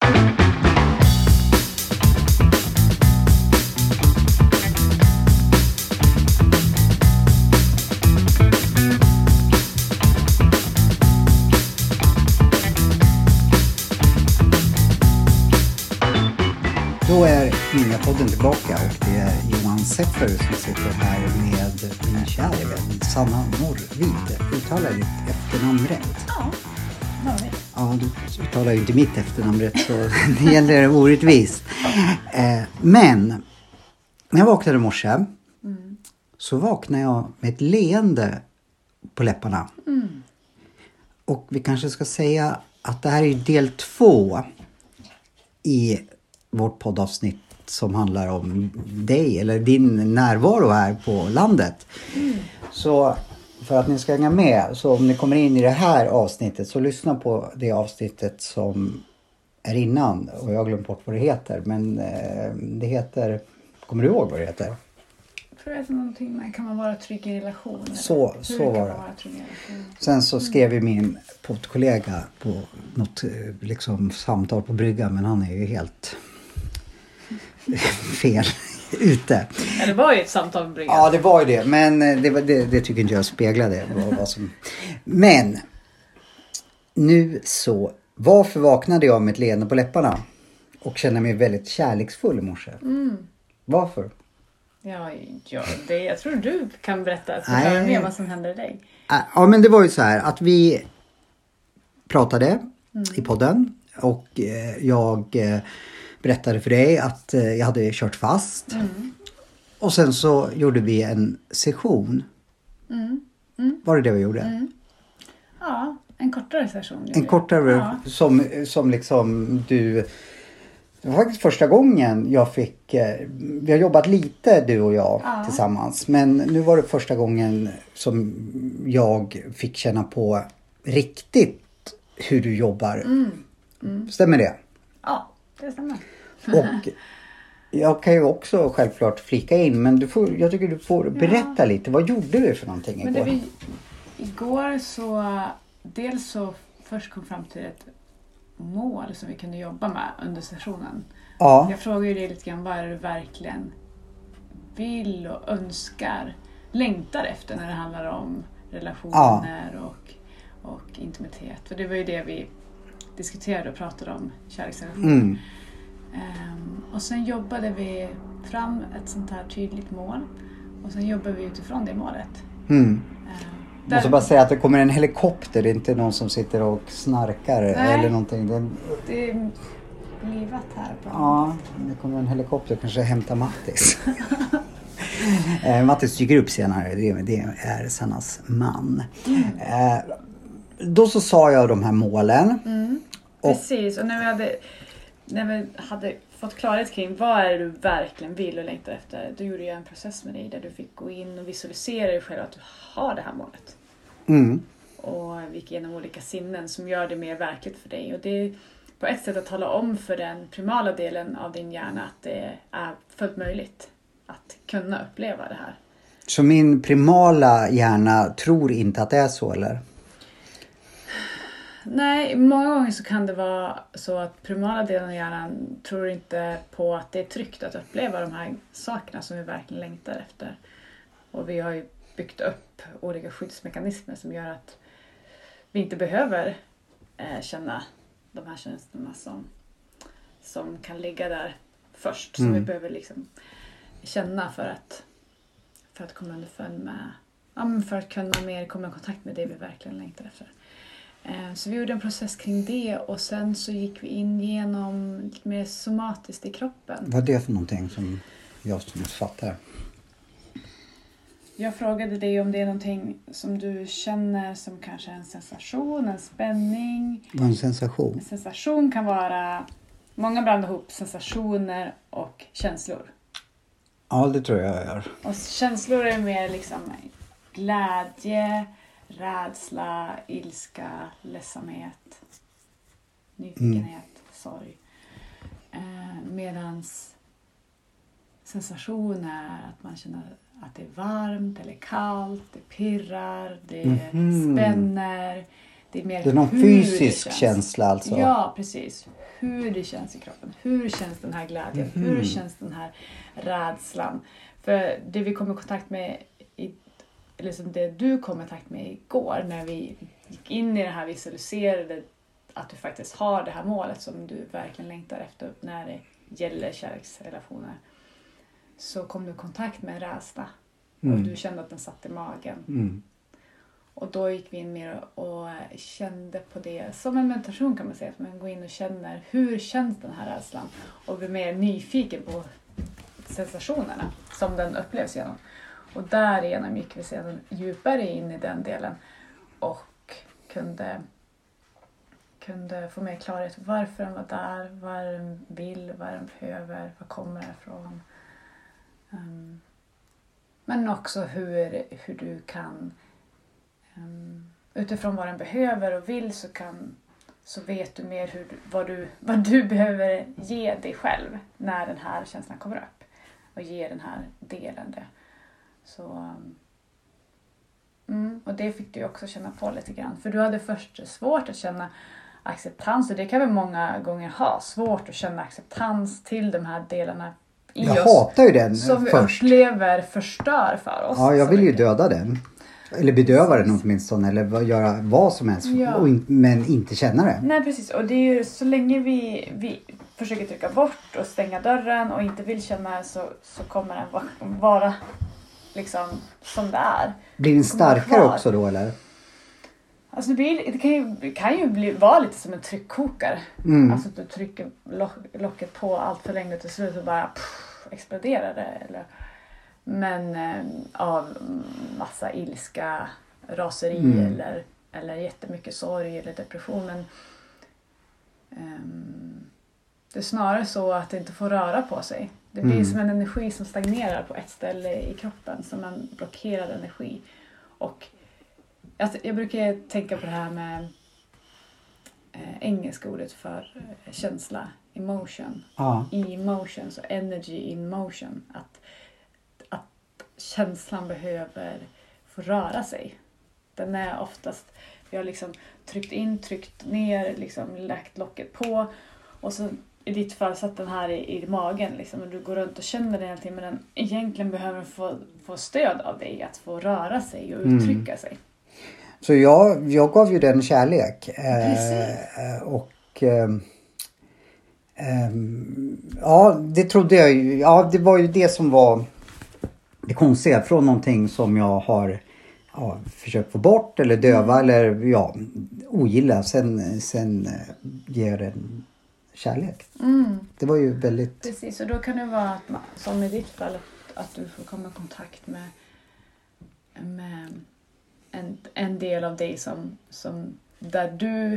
Då är Ninjapodden tillbaka och det är Johan Seffer som sitter här med min kära vän Sanna Norrvid. Uttalar ditt efternamn rätt? Ja, Norrvid. Ja, du uttalar ju inte mitt efternamn rätt så det gäller orättvist. Men när jag vaknade i morse så vaknade jag med ett leende på läpparna. Och vi kanske ska säga att det här är del 2 i vårt poddavsnitt som handlar om dig eller din närvaro här på landet. Så för att ni ska hänga med, så om ni kommer in i det här avsnittet så lyssna på det avsnittet som är innan. Och jag har glömt bort vad det heter, men det heter, kommer du ihåg vad det heter? För att någonting man kan vara trygg i relation. Så var det. Sen så skrev ju min poddkollega på något liksom samtal på bryggan, men han är ju helt fel ute. Ja, det var ju ett samtal på bryggan. Ja, det var ju det, men det tycker inte jag speglade vad som... Men nu så, varför vaknade jag med ett leende på läpparna och kände mig väldigt kärleksfull i morse? Varför? Jag tror du kan berätta mer vad som hände dig. Ja, men det var ju så här att vi pratade i podden och jag berättade för dig att jag hade kört fast. Och sen så gjorde vi en session. Var det vi gjorde? Ja, en kortare session. En kortare som liksom du... Det var faktiskt första gången jag fick... Vi har jobbat lite du och jag tillsammans. Men nu var det första gången som jag fick känna på riktigt hur du jobbar. Stämmer det? Ja, det stämmer. Och jag kan ju också självklart flika in. Men jag tycker du får berätta lite. Vad gjorde du för någonting igår? Igår så... Dels så först kom fram till ett mål som vi kunde jobba med under sessionen. Ja. Jag frågade ju dig lite grann vad är det du verkligen vill och önskar, längtar efter när det handlar om relationer och intimitet. För det var ju det vi diskuterade och pratade om, kärleksrelation. Och sen jobbade vi fram ett sånt här tydligt mål och sen jobbade vi utifrån det målet. Jag måste bara säga att det kommer en helikopter. Det är inte någon som sitter och snarkar eller någonting. Det är livat här. Ja, det kommer en helikopter. Kanske hämta Mattis. Mattis dyker upp senare. Det är Sannas man. Då så sa jag de här målen. Precis, och när vi hade fått klarhet kring vad är det du verkligen vill och längtar efter, då gjorde jag en process med dig där du fick gå in och visualisera dig själv att du har det här målet. Och vi gick igenom olika sinnen som gör det mer verkligt för dig. Och det är på ett sätt att tala om för den primala delen av din hjärna att det är fullt möjligt att kunna uppleva det här. Så min primala hjärna tror inte att det är så, eller? Nej, många gånger så kan det vara så att primala delen av hjärnan tror inte på att det är tryggt att uppleva de här sakerna som vi verkligen längtar efter. Och vi har ju byggt upp olika skyddsmekanismer som gör att vi inte behöver känna de här känslorna som kan ligga där först. Som vi behöver liksom känna för att komma underfund med, för att kunna mer komma i kontakt med det vi verkligen längtar efter. Så vi gjorde en process kring det och sen så gick vi in genom lite mer somatiskt i kroppen. Vad är det för någonting som jag som fattar? Jag frågade dig om det är någonting som du känner som kanske en sensation, en spänning. Vad är en sensation? En sensation kan vara, många blandar ihop sensationer och känslor. Ja, det tror jag gör. Och känslor är mer liksom glädje, rädsla, ilska, ledsamhet, nyfikenhet, sorg. Medans sensation är att man känner att det är varmt eller kallt, det pirrar, det spänner, Det är mer det är någon hur fysisk känsla alltså. Ja, precis. Hur det känns i kroppen. Hur känns den här glädjen? Hur känns den här rädslan? För det vi kom i kontakt med, eller som det du kom i kontakt med igår när vi gick in i det här visualiserade att du faktiskt har det här målet som du verkligen längtar efter när det gäller kärleksrelationer. Så kom du i kontakt med en rädsla. Och du kände att den satt i magen. Och då gick vi in mer och kände på det som en meditation kan man säga. Att man går in och känner hur känns den här rädslan. Och blir mer nyfiken på sensationerna som den upplevs genom. Och därigenom gick vi sedan djupare in i den delen. Och kunde få mer klarhet varför den var där. Vad den vill, vad den behöver, vad kommer det ifrån. Men också hur du kan utifrån vad den behöver och vill så vet du mer vad du behöver ge dig själv när den här känslan kommer upp och ge den här delen det. Så och det fick du också känna på lite grann, för du hade först svårt att känna acceptans, och det kan vi många gånger ha svårt att känna acceptans till de här delarna i jag oss hatar ju den som vi först. upplever förstör för oss. Ja, jag vill ju döda den. Eller bedöva den åtminstone. Eller göra vad som helst. Ja. Men inte känna det. Nej, precis. Och det är ju så länge vi försöker trycka bort och stänga dörren och inte vill känna så kommer den vara liksom som det är. Blir den starkare också då eller? Alltså det kan ju vara lite som en tryckkokare. Alltså att du trycker locket på allt för länge och till slut så bara exploderar det. Men av massa ilska, raseri eller jättemycket sorg eller depression. Men det är snarare så att det inte får röra på sig. Det blir som en energi som stagnerar på ett ställe i kroppen, som en blockerad energi. Och jag brukar tänka på det här med engelska ordet för känsla, emotion. Emotion, så energy in motion. Att känslan behöver få röra sig. Den är oftast, vi har liksom tryckt ner, liksom lagt locket på. Och så i ditt fall satt den här i magen liksom. Och du går runt och känner den hela tiden. Men den egentligen behöver få stöd av dig att få röra sig och uttrycka sig. Så jag gav ju den kärlek. Ja, det trodde jag ju. Ja, det var ju det som var det konstiga. Från någonting som jag har försökt få bort eller döva eller ogilla. Sen ger den kärlek. Det var ju väldigt... Precis, och då kan det vara att som i ditt fall att du får komma i kontakt med en del av dig som där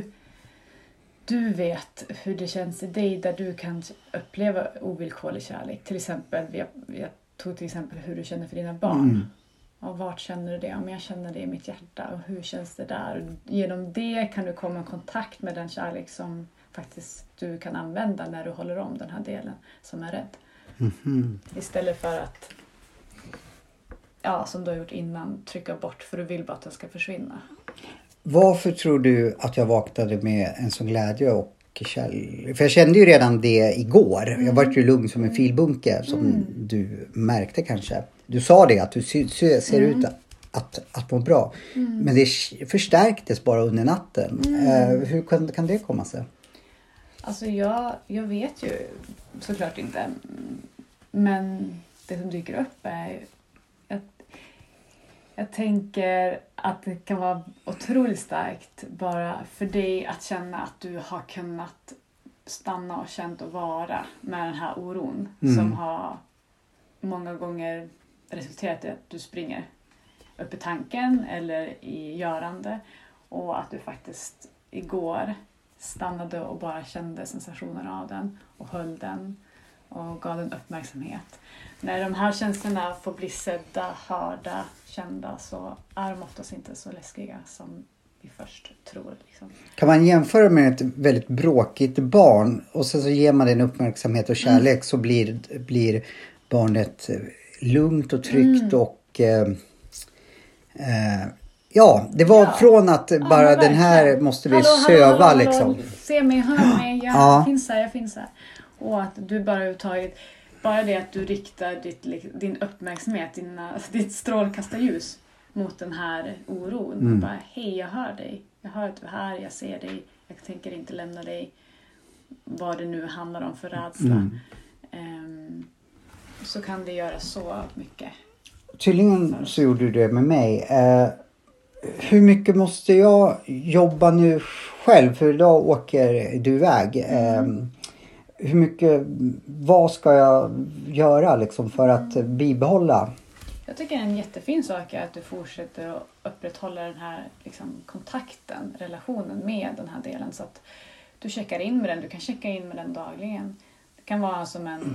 du vet hur det känns i dig, där du kan uppleva ovillkorlig kärlek. Till exempel, jag tog till exempel hur du känner för dina barn. Och vart känner du det? Om jag känner det i mitt hjärta. Och hur känns det där? Och genom det kan du komma i kontakt med den kärlek som faktiskt du kan använda när du håller om den här delen som är rädd. Istället för att som du har gjort innan, trycka bort för du vill bara att den ska försvinna. Varför tror du att jag vaknade med en sån glädje och kärlek? För jag kände ju redan det igår. Jag var ju lugn som en filbunke som du märkte kanske. Du sa det att du ser ut att må bra. Men det förstärktes bara under natten. Hur kan det komma sig? Alltså jag vet ju såklart inte. Men det som dyker upp är jag tänker att det kan vara otroligt starkt bara för dig att känna att du har kunnat stanna och känt och vara med den här oron som har många gånger resulterat i att du springer upp i tanken eller i görande, och att du faktiskt igår stannade och bara kände sensationen av den och höll den och gav den uppmärksamhet. När de här känslorna får bli sedda, hörda, kända, så är de oftast inte så läskiga som vi först tror. Liksom. Kan man jämföra med ett väldigt bråkigt barn och så ger man den uppmärksamhet och kärlek så blir barnet lugnt och tryggt och Ja, det var från att bara den här måste vi söva hallå, liksom. Se mig, hör mig, jag finns här. Och att du bara överhuvudtaget, bara det att du riktar din uppmärksamhet, ditt strålkastarljus mot den här oron. Bara, hej, jag hör dig. Jag hör att du är här, jag ser dig. Jag tänker inte lämna dig. Vad det nu handlar om för rädsla. Så kan det göra så mycket. Tydligen så gjorde du det med mig. Hur mycket måste jag jobba nu själv? För idag åker du iväg. Hur mycket, vad ska jag göra liksom för att bibehålla? Jag tycker en jättefin sak är att du fortsätter att upprätthålla den här liksom, kontakten, relationen med den här delen. Så att du checkar in med den, du kan checka in med den dagligen. Det kan vara som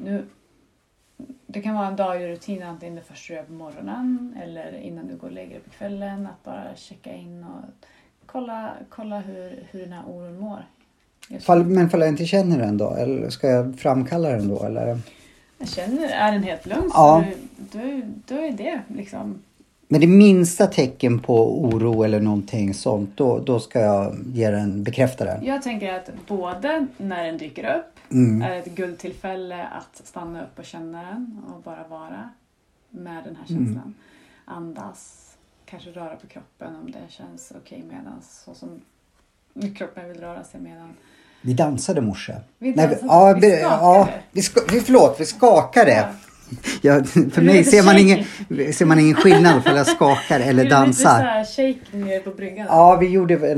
det kan vara en daglig rutin, antingen det första du gör på morgonen eller innan du går och lägger dig på kvällen. Att bara checka in och kolla hur den här oron mår. Men fall jag inte känner den då? Eller ska jag framkalla den då? Eller? Jag känner, är den helt lugn så då är det liksom. Men det minsta tecken på oro eller någonting sånt, då ska jag bekräfta den. Jag tänker att både när den dyker upp är ett guldtillfälle att stanna upp och känna den och bara vara med den här känslan. Andas, kanske röra på kroppen om det känns okej medan så som kroppen vill röra sig medan. Vi dansade morse. Vi skakade. Vi skakade. Ja, för mig ser man ingen skillnad för jag skakar eller dansar. Lite såhär shaking på bryggan. Ja, vi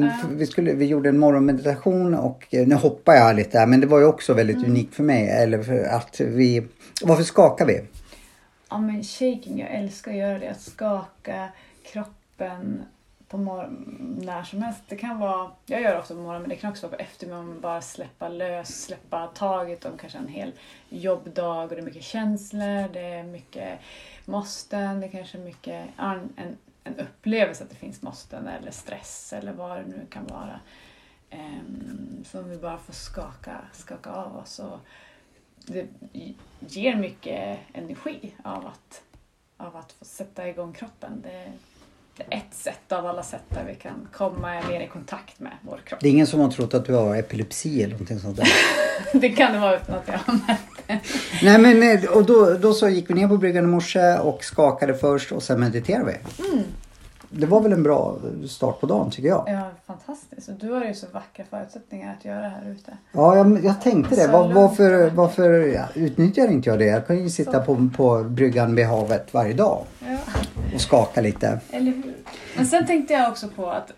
gjorde en morgonmeditation och nu hoppar jag lite här, men det var ju också väldigt unikt för mig. Eller för att varför skakar vi? Ja, men shaking, jag älskar att göra det. Att skaka kroppen på när som helst. Det kan vara, jag gör ofta på morgonen, men det kan också vara på eftermiddagen. Bara släppa taget om kanske en hel jobbdag och det är mycket känslor, det är mycket måsten, det är kanske mycket en upplevelse att det finns måsten eller stress eller vad det nu kan vara. Som vi bara får skaka av oss, och det ger mycket energi av att få sätta igång kroppen. Det är ett sätt av alla sätt där vi kan komma mer i kontakt med vår kropp. Det är ingen som har trott att du har epilepsi eller någonting sånt där? Det kan det vara utan att jag har märkt det. Nej, men och då så gick vi ner på bryggan i morse och skakade först och sen mediterade vi. Det var väl en bra start på dagen tycker jag. Ja, fantastiskt. Och du har ju så vackra förutsättningar att göra här ute. Ja, jag tänkte det. Varför utnyttjar inte jag det? Jag kan ju sitta på bryggan vid havet varje dag. Ja. Och skaka lite. Eller hur? Men sen tänkte jag också på att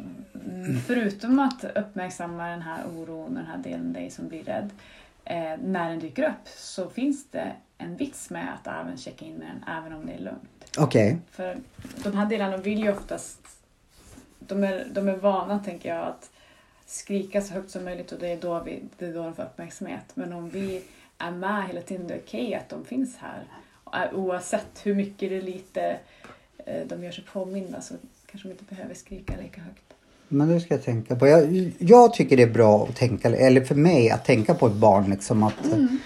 förutom att uppmärksamma den här oron, den här delen dig som blir rädd, när den dyker upp så finns det en vits med att även checka in med den även om det är lugnt. Okej. För de här delarna vill ju oftast, de är vana tänker jag att skrika så högt som möjligt, och det är då de får uppmärksamhet. Men om vi är med hela tiden, det är okej att de finns här. Oavsett hur mycket det är lite de gör sig påminna, så kanske de inte behöver skrika lika högt. Men det ska jag tänka på. Jag tycker det är bra att tänka, eller för mig att tänka på ett barn liksom att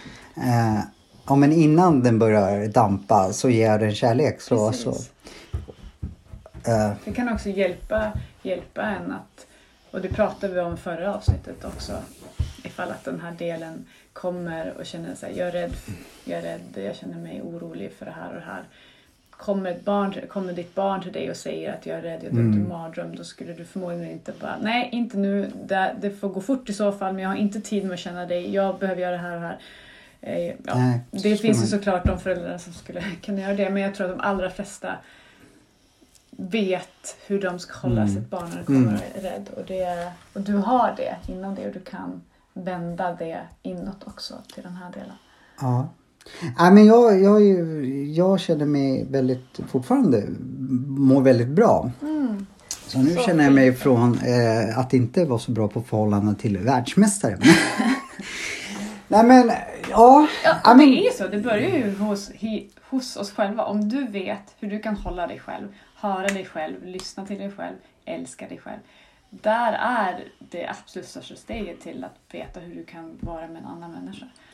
men innan den börjar dampa så ger den kärlek. Så. Det kan också hjälpa en att, och det pratade vi om i förra avsnittet också, ifall att den här delen kommer och känner sig, jag är rädd, jag känner mig orolig för det här och det här. Kommer ditt barn till dig och säger att jag är rädd, jag har drömt en mardröm, då skulle du förmodligen inte bara, nej inte nu, det får gå fort i så fall, men jag har inte tid med att känna dig, jag behöver göra det här och här. Nej, det finns ju såklart de föräldrar som skulle kunna göra det, men jag tror att de allra flesta vet hur de ska hålla sitt barn när det kommer och är rädd, och du har det inom det, och du kan vända det inåt också till den här delen. Ja. Nej, men jag känner mig fortfarande mår väldigt bra. Så nu känner jag mig från att inte vara så bra på förhållande till världsmästare. Nej men det är så. Det börjar ju hos oss själva. Om du vet hur du kan hålla dig själv, höra dig själv, lyssna till dig själv, älska dig själv. Där är det absolut största steget till att veta hur du kan vara med en annan människa.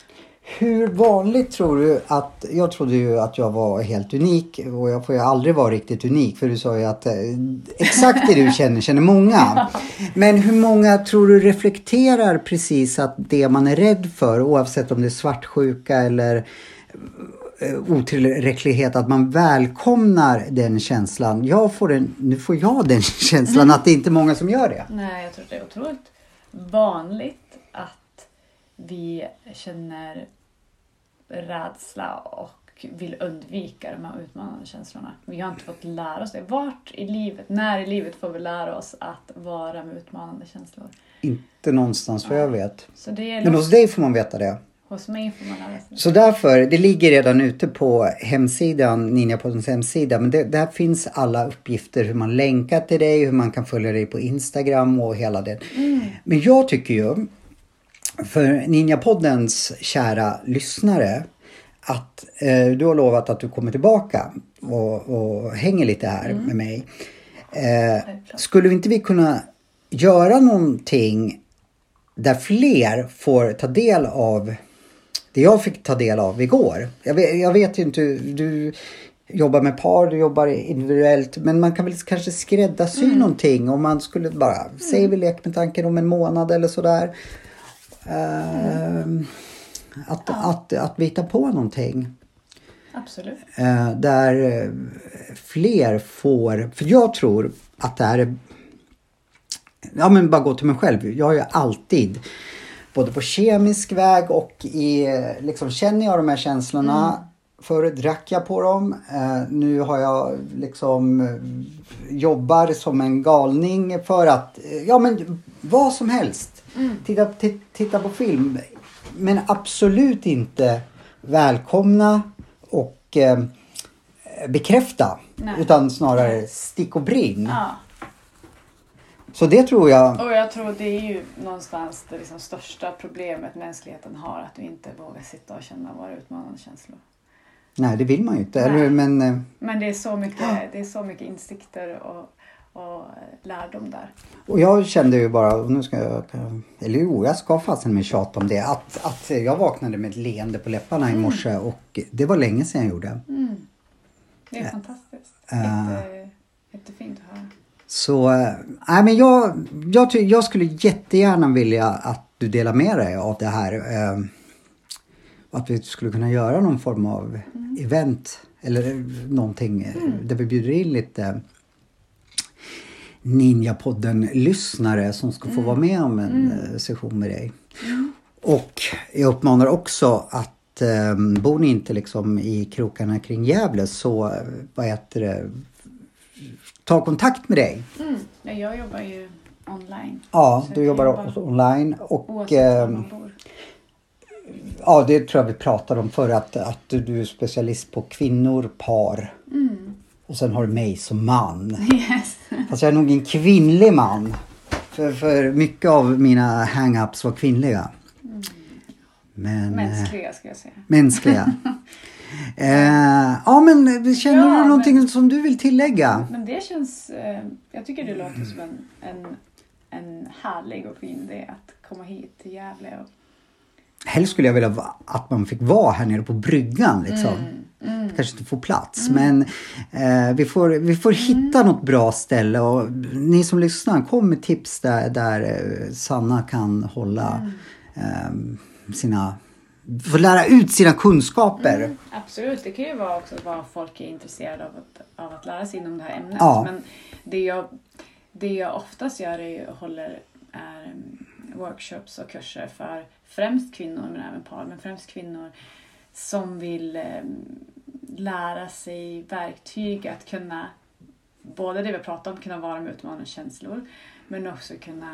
Hur vanligt tror du att... Jag trodde ju att jag var helt unik. Och jag får ju aldrig vara riktigt unik. För du sa ju att exakt det du känner många. Men hur många tror du reflekterar precis att det man är rädd för, oavsett om det är svartsjuka eller otillräcklighet, att man välkomnar den känslan. Nu får jag den känslan att det inte är många som gör det. Nej, jag tror det är otroligt vanligt att vi känner rädsla och vill undvika de här utmanande känslorna. Vi har inte fått lära oss det. När i livet får vi lära oss att vara med utmanande känslor? Inte någonstans vad jag vet. Så det är men hos dig får man veta det. Hos mig får man lära sig det. Så därför, det ligger redan ute på hemsidan, Ninjapoddens hemsida. Men där finns alla uppgifter, hur man länkar till dig, hur man kan följa dig på Instagram och hela det. Men jag tycker ju, för Ninjapoddens kära lyssnare, att du har lovat att du kommer tillbaka och hänger lite här med mig. Skulle inte vi kunna göra någonting där fler får ta del av det jag fick ta del av igår? Jag vet ju inte, du jobbar med par, du jobbar individuellt, men man kan väl kanske skräddarsy någonting om man skulle bara, säg vi lek med tanken om en månad eller sådär. Att vita på någonting. Absolut. Där fler får, för jag tror att det här är, ja men bara gå till mig själv. Jag har ju alltid, både på kemisk väg och i, liksom känner jag de här känslorna. Förut drack jag på dem. Nu har jag liksom jobbar som en galning för att, ja men vad som helst. Titta på film. Men absolut inte välkomna och bekräfta. Nej. Utan snarare stick och brinn. Ja. Så det tror jag. Och jag tror det är ju någonstans det liksom största problemet mänskligheten har. Att vi inte vågar sitta och känna våra utmanande känslor. Nej, det vill man ju inte. Eller, men det är så mycket insikter och lärdom där. Och jag kände ju bara, och nu ska jag ska fasen med tjata om det. Att jag vaknade med ett leende på läpparna i morse och det var länge sedan jag gjorde. Det är fantastiskt. Jättefint att höra. Så, men jag skulle jättegärna vilja att du delar med dig av det här. Att vi skulle kunna göra någon form av event eller någonting där vi bjuder in lite Ninjapodden-lyssnare som ska få vara med om en session med dig. Och jag uppmanar också att bor ni inte liksom i krokarna kring Gävle, så ta kontakt med dig. Jag jobbar ju online. Ja, du jobbar också online. Och ja, det tror jag vi pratade om för att du är specialist på kvinnor, par. Och sen har du mig som man. Yes. Fast jag är nog en kvinnlig man. För mycket av mina hang-ups var kvinnliga. Men, mänskliga ska jag säga. Mänskliga. Ja, men känner du någonting som du vill tillägga? Men det känns, jag tycker det låter som en härlig och fin idé att komma hit till Gävle. Helst skulle jag vilja att man fick vara här nere på bryggan liksom. Kanske inte få plats, men vi får hitta något bra ställe, och ni som lyssnar, kom med tips där Sanna kan hålla få lära ut sina kunskaper. Absolut, det kan ju vara också vad folk är intresserade av att lära sig inom det här ämnet. Ja. Men det jag oftast gör är workshops och kurser för främst kvinnor men även par, men främst kvinnor som vill lära sig verktyg att kunna, både det vi pratar om, kunna vara med utmanande känslor, men också kunna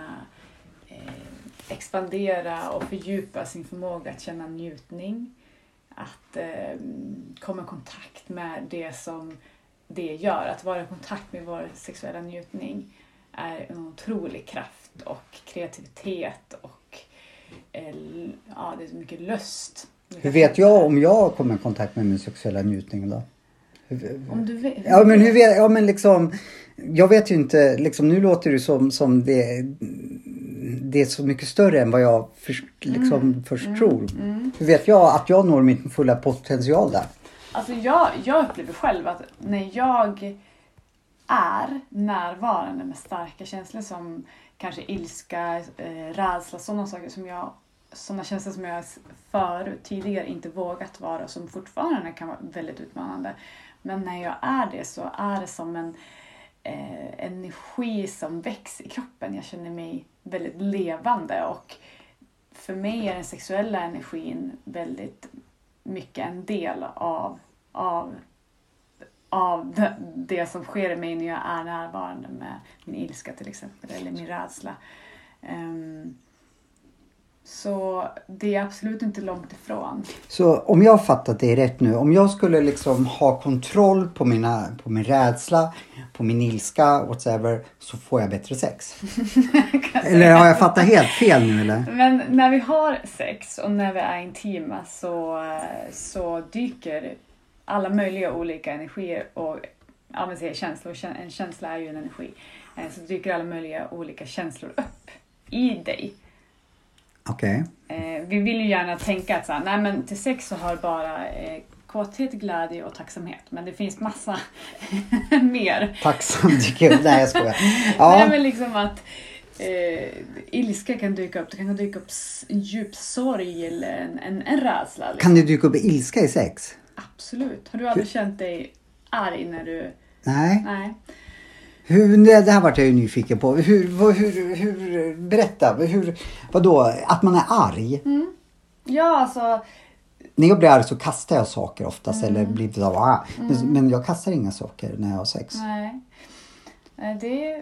expandera och fördjupa sin förmåga att känna njutning, att komma i kontakt med det som det gör. Att vara i kontakt med vår sexuella njutning är en otrolig kraft och kreativitet och det är så mycket lust. Hur vet jag om jag kommer i kontakt med min sexuella njutning då? Om du vet. Ja, men hur vet jag, men liksom jag vet ju inte liksom, nu låter det som det det är så mycket större än vad jag först tror. Hur vet jag att jag når min fulla potential där? Alltså jag upplever själv att när jag är närvarande med starka känslor som kanske ilska, rädsla, sådana känslor som jag förut tidigare inte vågat vara, som fortfarande kan vara väldigt utmanande. Men när jag är det så är det som en energi som växer i kroppen. Jag känner mig väldigt levande, och för mig är den sexuella energin väldigt mycket en del av det som sker i mig när jag är närvarande med min ilska till exempel, eller min rädsla. Så det är absolut inte långt ifrån. Så om jag har fattat det rätt nu, om jag skulle liksom ha kontroll på min rädsla, på min ilska, whatever, så får jag bättre sex. Eller har jag fattat helt fel nu eller? Men när vi har sex och när vi är intima så dyker alla möjliga olika energier och känslor. En känsla är ju en energi. Så dyker alla möjliga olika känslor upp i dig. Okej. Vi vill ju gärna tänka att så här, nej men till sex så har bara kåthet, glädje och tacksamhet. Men det finns massa mer. Tacksamt, kul. Nej, jag skojar. Ja. Nej, men liksom att ilska kan dyka upp. Det kan dyka upp en djup sorg eller en rädsla. Liksom. Kan det dyka upp ilska i sex? Absolut. Har du aldrig känt dig arg när du... Nej. Nej. Det här vart jag ju nyfiken på. Hur berätta. Vadå? Att man är arg? Mm. Ja, alltså... När jag blir arg så kastar jag saker oftast. Eller blir så, men jag kastar inga saker när jag har sex. Nej. Det...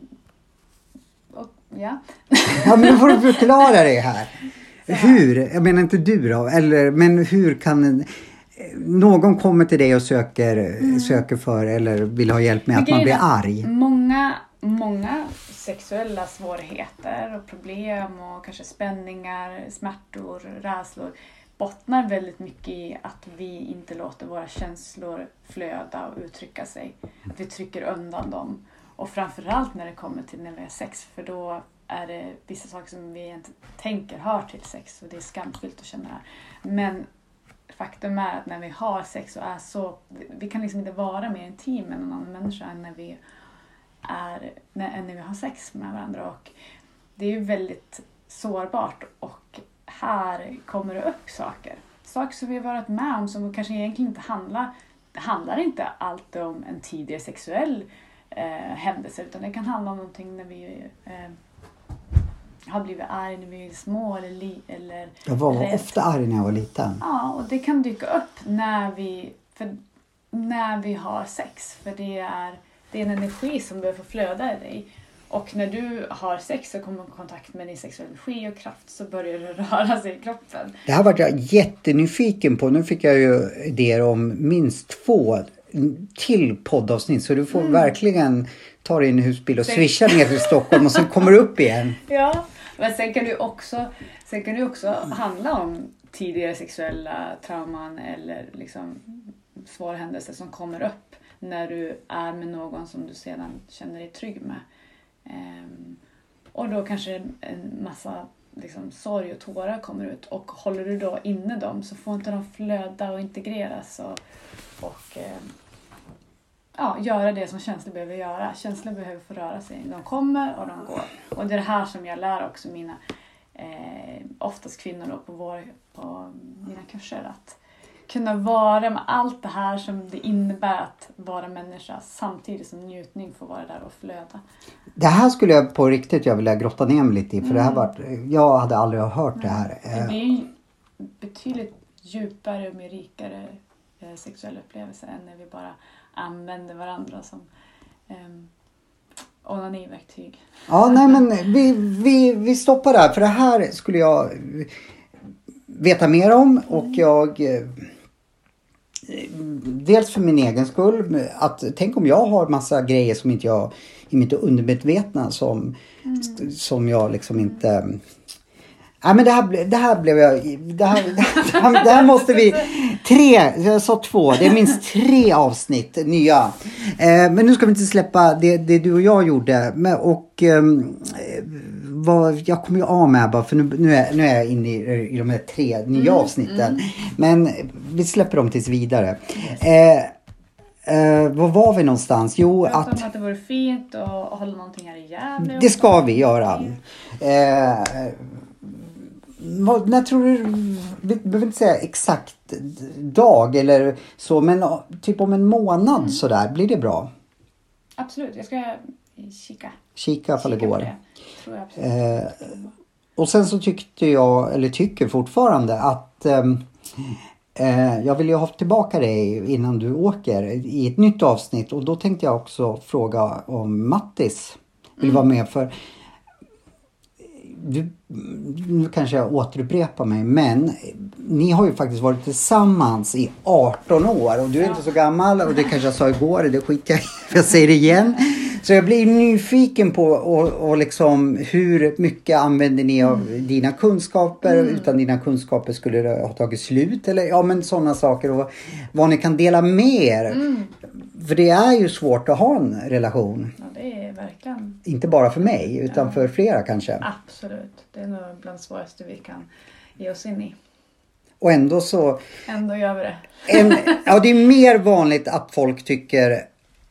Ja. Ja, men då får du förklara det här. Hur? Jag menar inte du då. Men hur kan... Någon kommer till dig och söker för eller vill ha hjälp med att man blir arg. Många sexuella svårigheter och problem och kanske spänningar, smärtor, rädslor bottnar väldigt mycket i att vi inte låter våra känslor flöda och uttrycka sig. Att vi trycker undan dem. Och framförallt när det kommer till när vi har sex, för då är det vissa saker som vi inte tänker hör till sex, och det är skamfyllt att känna det här. Men faktum är att när vi har sex och är så... Vi kan liksom inte vara mer intim med någon annan människa än när vi har sex med varandra. Och det är ju väldigt sårbart, och här kommer det upp saker. Saker som vi har varit med om som kanske egentligen inte handlar inte alltid om en tidigare sexuell händelse, utan det kan handla om någonting när vi... har blivit arg när vi är små eller jag var ofta arg när jag var liten. Ja, och det kan dyka upp när vi har sex. För det är en energi som behöver flöda i dig. Och när du har sex och kommer i kontakt med din sexuella energi och kraft, så börjar det röra sig i kroppen. Det här var jag jättenyfiken på. Nu fick jag ju idéer om minst 2 till poddavsnitt. Så du får verkligen ta dig in i husbil och swisha ner till Stockholm och sen kommer du upp igen. Ja, men sen kan du också handla om tidigare sexuella trauman eller liksom svåra händelser som kommer upp när du är med någon som du sedan känner dig trygg med. Och då kanske en massa liksom sorg och tårar kommer ut, och håller du då inne dem så får inte de flöda och integreras och göra det som känslor behöver göra. Känslor behöver få röra sig. De kommer och de går. Och det är det här som jag lär också mina oftast kvinnor då på mina kurser, att kunna vara med allt det här som det innebär att vara människa, samtidigt som njutning får vara där och flöda. Det här skulle jag på riktigt vilja grotta ner mig lite i, för det här jag hade aldrig hört det här. Det blir ju betydligt djupare och mer rikare sexuella upplevelser än när vi bara använder varandra som onaniverktyg. Ja, nej men vi stoppar där, för det här skulle jag veta mer om, och jag dels för min egen skull, att tänk om jag har massa grejer som inte jag i mitt undermedvetna som jag liksom inte... Ja, men det här måste vi... 3, jag sa 2, det är minst 3 avsnitt nya. Men nu ska vi inte släppa det du och jag gjorde. Och jag kommer ju av med bara, för nu är jag inne i de här 3 nya avsnitten. Men vi släpper dem tills vidare. Var var vi någonstans? Jo, att det vore fint och hålla någonting här i Gävle. Det ska vi göra. När tror du, vi behöver inte säga exakt dag eller så, men typ om en månad sådär, blir det bra? Absolut, jag ska Kika ifall det går. Det. Tror jag absolut. Och sen så tycker fortfarande att jag vill ju ha tillbaka dig innan du åker i ett nytt avsnitt. Och då tänkte jag också fråga om Mattis vill vara med, för nu kanske jag återupprepar mig, men ni har ju faktiskt varit tillsammans i 18 år och du är inte så gammal, och det kanske jag sa igår, det skiter jag i, jag säger det igen. Så jag blir nyfiken på och liksom, hur mycket använder ni av dina kunskaper? Utan dina kunskaper skulle det ha tagit slut, eller men sådana saker, och vad ni kan dela med er. För det är ju svårt att ha en relation. Ja, det är verkligen. Inte bara för mig, utan för flera kanske. Absolut. Det är nog bland det svåraste vi kan ge oss in i. Och ändå så... Ändå gör vi det. Det är mer vanligt att folk tycker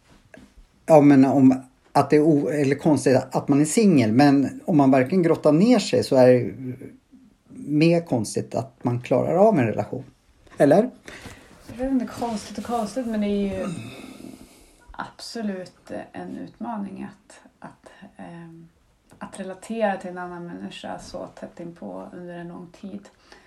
om att det är eller konstigt att man är singel. Men om man verkligen grottar ner sig så är det mer konstigt att man klarar av en relation. Eller? Jag vet inte, konstigt, men det är ju absolut en utmaning att relatera till en annan människa så tätt inpå under en lång tid.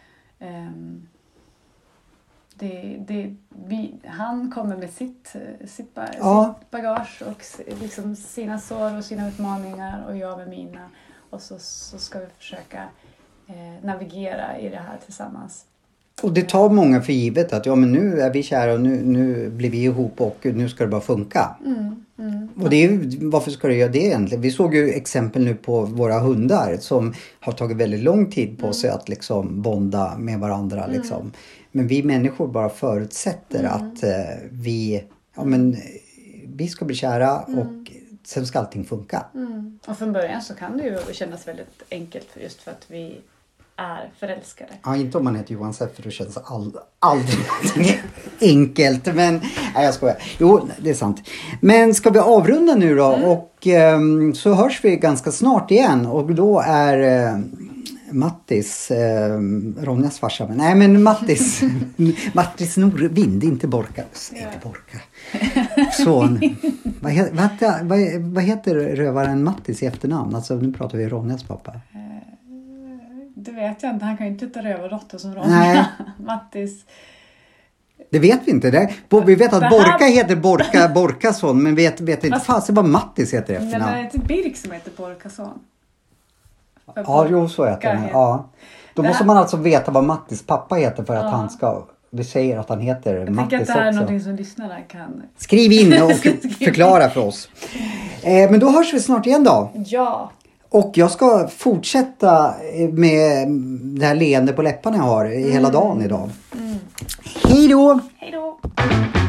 Han kommer med sitt bagage och liksom sina sår och sina utmaningar, och jag med mina, och så ska vi försöka navigera i det här tillsammans. Och det tar många för givet att men nu är vi kära och nu blir vi ihop och nu ska det bara funka. Och det är ju, varför ska det göra det egentligen? Vi såg ju exempel nu på våra hundar som har tagit väldigt lång tid på sig att liksom bonda med varandra. Liksom. Men vi människor bara förutsätter att vi ska bli kära och sen ska allting funka. Och från början så kan det ju kännas väldigt enkelt just för att vi är förälskade. Ja, inte om man heter Johan Seff, för det känns aldrig enkelt. Men nej, jag skojar. Jo, det är sant. Men ska vi avrunda nu då? Och så hörs vi ganska snart igen. Och då är Mattis, Ronjas farsa. Nej, men Mattis Norvind, inte Borka. Inte Borka. Son. Vad heter rövaren Mattis i efternamn? Alltså, nu pratar vi Ronjas pappa. Det vet jag inte. Han kan ju inte ta rövardotter som Ronja. Nej. Mattis. Det vet vi inte. Vi vet att Borka heter Borkason, men vet inte fast vad Mattis heter efter namn. Men det är inte Birk som heter Borkason. Ja, jo, så heter han. Ja. Då måste man alltså veta vad Mattis pappa heter för att han ska... Vi säger att han heter Mattis också. Jag tänker att det här är någonting som lyssnarna kan... Skriv in och förklara för oss. Men då hörs vi snart igen då. Ja. Och jag ska fortsätta med det här leende på läpparna jag har hela dagen idag. Hej då! Hej då!